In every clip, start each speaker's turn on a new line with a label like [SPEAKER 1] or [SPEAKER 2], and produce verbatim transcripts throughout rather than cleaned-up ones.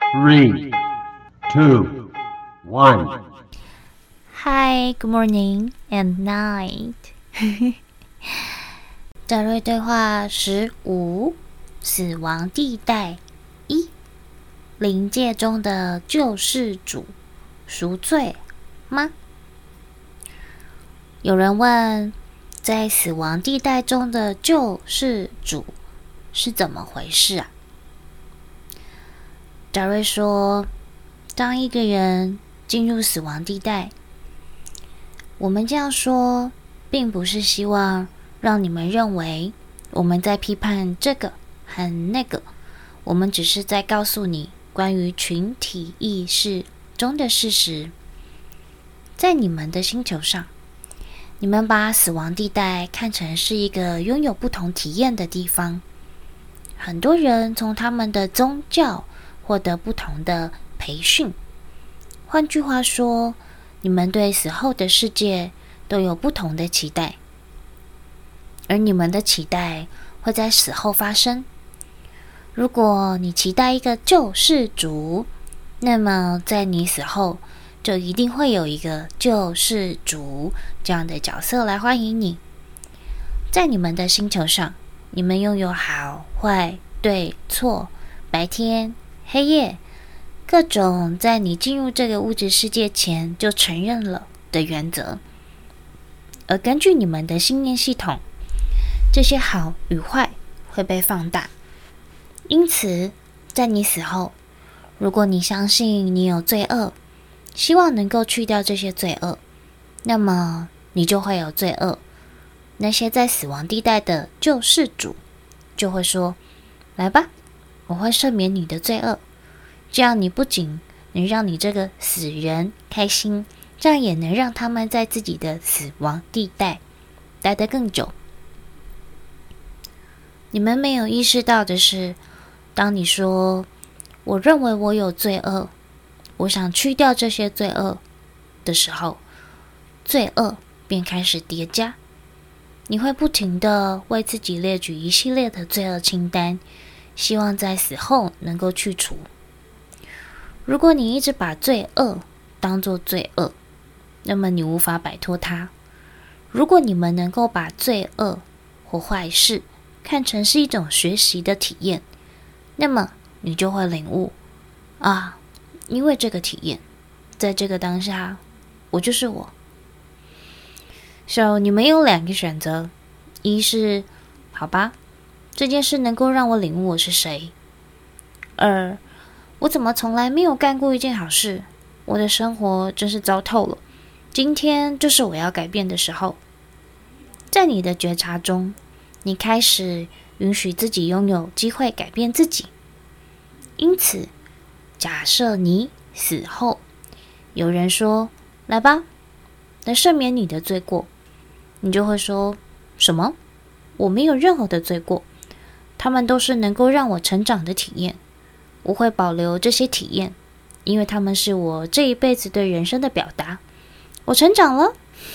[SPEAKER 1] Three, two, one.
[SPEAKER 2] Hi, good morning and night. 德瑞对话十五：死亡地带一，灵界中的救世主赎罪吗？有人问，在死亡地带中的救世主是怎么回事啊？德瑞说，当一个人进入死亡地带，我们这样说，并不是希望让你们认为我们在批判这个和那个，我们只是在告诉你关于群体意识中的事实。在你们的星球上，你们把死亡地带看成是一个拥有不同体验的地方。很多人从他们的宗教获得不同的培训。换句话说，你们对死后的世界都有不同的期待，而你们的期待会在死后发生。如果你期待一个救世主，那么在你死后就一定会有一个救世主这样的角色来欢迎你。在你们的星球上，你们拥有好坏对错、白天黑夜，各种在你进入这个物质世界前就承认了的原则。而根据你们的信念系统，这些好与坏会被放大。因此，在你死后，如果你相信你有罪恶，希望能够去掉这些罪恶，那么你就会有罪恶。那些在死亡地带的救世主就会说，来吧，我会赦免你的罪恶，这样你不仅能让你这个死人开心，这样也能让他们在自己的死亡地带待得更久。你们没有意识到的是，当你说我认为我有罪恶，我想去掉这些罪恶的时候，罪恶便开始叠加。你会不停地为自己列举一系列的罪恶清单，希望在死后能够去除。如果你一直把罪恶当作罪恶，那么你无法摆脱它。如果你们能够把罪恶或坏事看成是一种学习的体验，那么你就会领悟啊，因为这个体验，在这个当下，我就是我。So, 你们有两个选择，一是好吧，这件事能够让我领悟我是谁；二，我怎么从来没有干过一件好事，我的生活真是糟透了，今天就是我要改变的时候。在你的觉察中，你开始允许自己拥有机会改变自己。因此，假设你死后，有人说，来吧，来赦免你的罪过，你就会说，什么？我没有任何的罪过，他们都是能够让我成长的体验，我会保留这些体验，因为他们是我这一辈子对人生的表达。我成长了。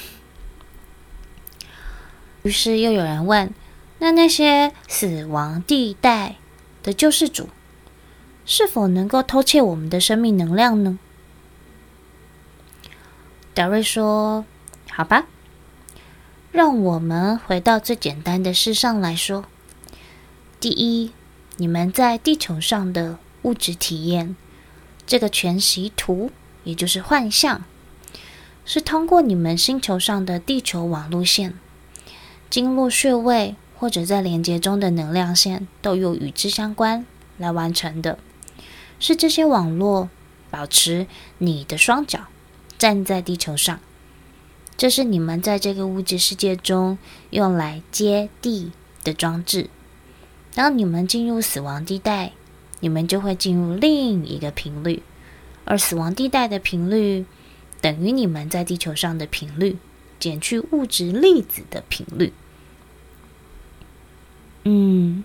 [SPEAKER 2] 于是又有人问，那那些死亡地带的救世主是否能够偷窃我们的生命能量呢？达瑞说，好吧，让我们回到最简单的事上来说。第一，你们在地球上的物质体验，这个全息图，也就是幻象，是通过你们星球上的地球网路线，经络穴位或者在连接中的能量线都有与之相关来完成的。是这些网络保持你的双脚站在地球上，这是你们在这个物质世界中用来接地的装置。当你们进入死亡地带，你们就会进入另一个频率，而死亡地带的频率等于你们在地球上的频率减去物质粒子的频率。嗯，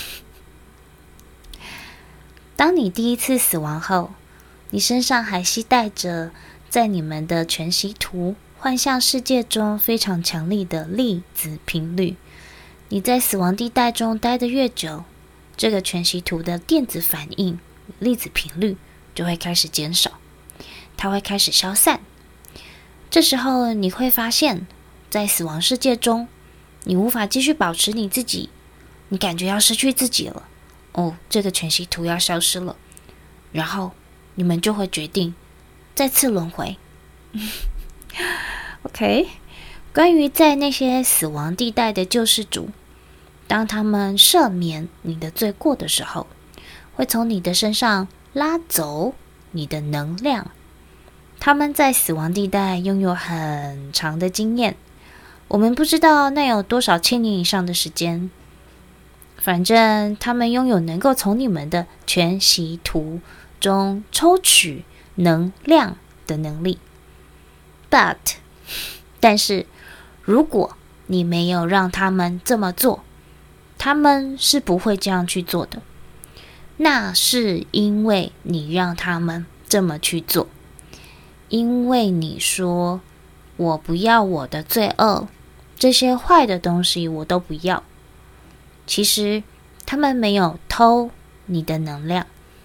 [SPEAKER 2] 当你第一次死亡后，你身上还携带着在你们的全息图幻象世界中非常强力的粒子频率。你在死亡地带中待得越久，这个全息图的电子反应粒子频率就会开始减少，它会开始消散。这时候你会发现，在死亡世界中，你无法继续保持你自己，你感觉要失去自己了。哦，这个全息图要消失了，然后你们就会决定再次轮回。OK， 关于在那些死亡地带的救世主，当他们赦免你的罪过的时候，会从你的身上拉走你的能量。他们在死亡地带拥有很长的经验，我们不知道那有多少千年以上的时间。反正他们拥有能够从你们的全息图中抽取能量的能力。But， 但是如果你没有让他们这么做，他们是不会这样去做的。那是因为你让他们这么去做。因为你说，我不要我的罪恶，这些坏的东西我都不要。其实他们没有偷你的能量。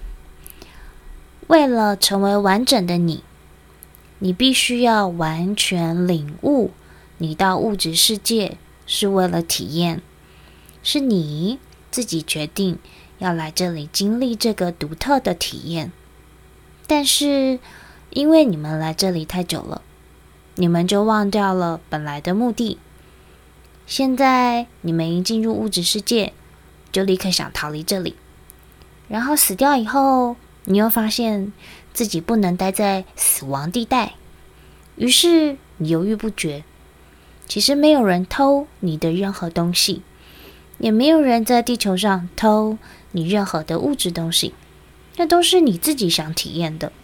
[SPEAKER 2] 为了成为完整的你，你必须要完全领悟，你到物质世界是为了体验，是你自己决定要来这里经历这个独特的体验。但是因为你们来这里太久了，你们就忘掉了本来的目的。现在你们一进入物质世界，就立刻想逃离这里，然后死掉以后，你又发现自己不能待在死亡地带，于是你犹豫不决。其实没有人偷你的任何东西，也没有人在地球上偷你任何的物质东西，那都是你自己想体验的。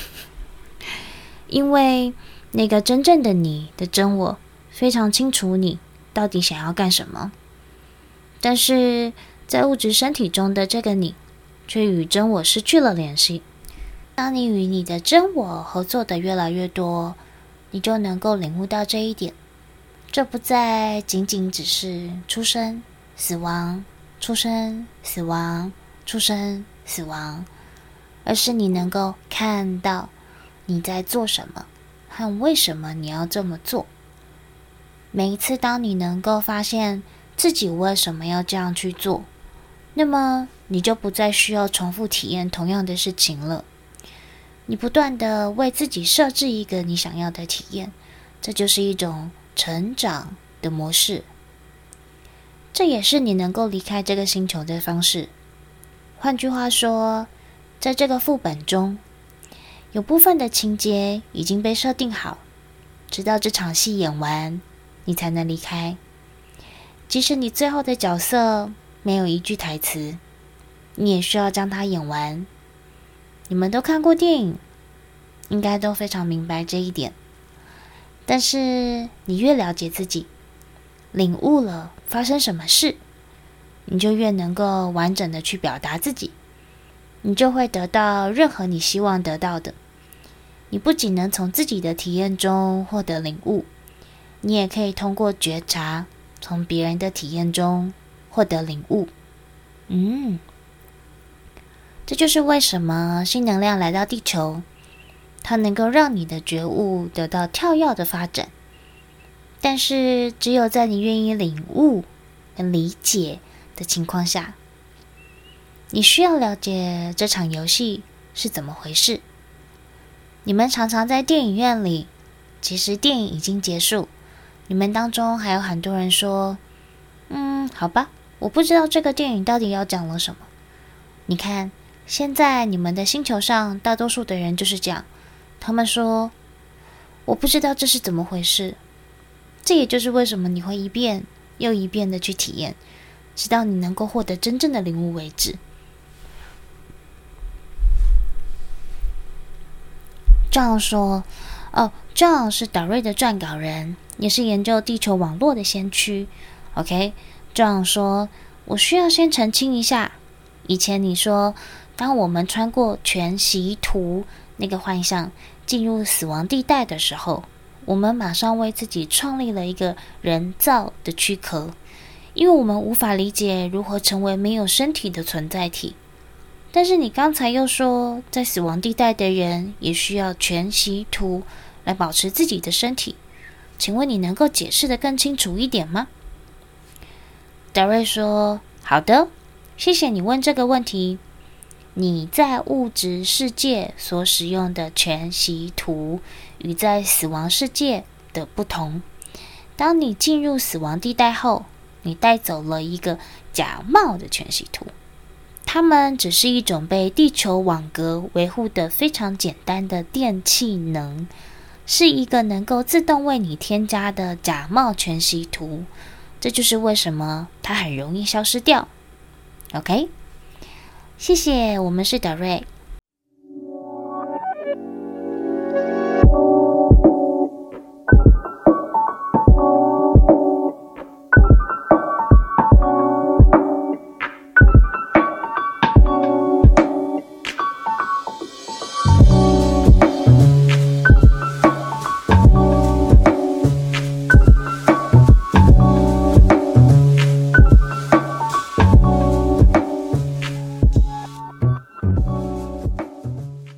[SPEAKER 2] 因为那个真正的你的真我非常清楚你到底想要干什么，但是在物质身体中的这个你却与真我失去了联系。当你与你的真我合作的越来越多，你就能够领悟到这一点。这不再仅仅只是出生、死亡、出生、死亡、出生、死亡，而是你能够看到你在做什么和为什么你要这么做。每一次当你能够发现自己为什么要这样去做，那么你就不再需要重复体验同样的事情了。你不断的为自己设置一个你想要的体验，这就是一种成长的模式。这也是你能够离开这个星球的方式。换句话说，在这个副本中，有部分的情节已经被设定好，直到这场戏演完，你才能离开。即使你最后的角色没有一句台词，你也需要将它演完。你们都看过电影，应该都非常明白这一点。但是你越了解自己，领悟了发生什么事，你就越能够完整的去表达自己，你就会得到任何你希望得到的。你不仅能从自己的体验中获得领悟，你也可以通过觉察，从别人的体验中获得领悟。嗯，这就是为什么新能量来到地球，它能够让你的觉悟得到跳跃的发展。但是只有在你愿意领悟跟理解的情况下，你需要了解这场游戏是怎么回事。你们常常在电影院里，其实电影已经结束，你们当中还有很多人说，嗯，好吧，我不知道这个电影到底要讲了什么。你看，现在你们的星球上大多数的人就是这样，他们说，我不知道这是怎么回事。这也就是为什么你会一遍又一遍的去体验，直到你能够获得真正的领悟为止。John 说，哦 ，John 是导瑞的撰稿人，也是研究地球网络的先驱。OK，John 说，我需要先澄清一下，以前你说，当我们穿过全息图那个幻象，进入死亡地带的时候，我们马上为自己创立了一个人造的躯壳，因为我们无法理解如何成为没有身体的存在体。 但是你刚才又说，在死亡地带的人也需要全息图来保持自己的身体，请问你能够解释得更清楚一点吗？德瑞说：好的，谢谢你问这个问题。你在物质世界所使用的全息图与在死亡世界的不同。当你进入死亡地带后，你带走了一个假冒的全息图，它们只是一种被地球网格维护的非常简单的电气能，是一个能够自动为你添加的假冒全息图。这就是为什么它很容易消失掉。OK， 谢谢，我们是德瑞。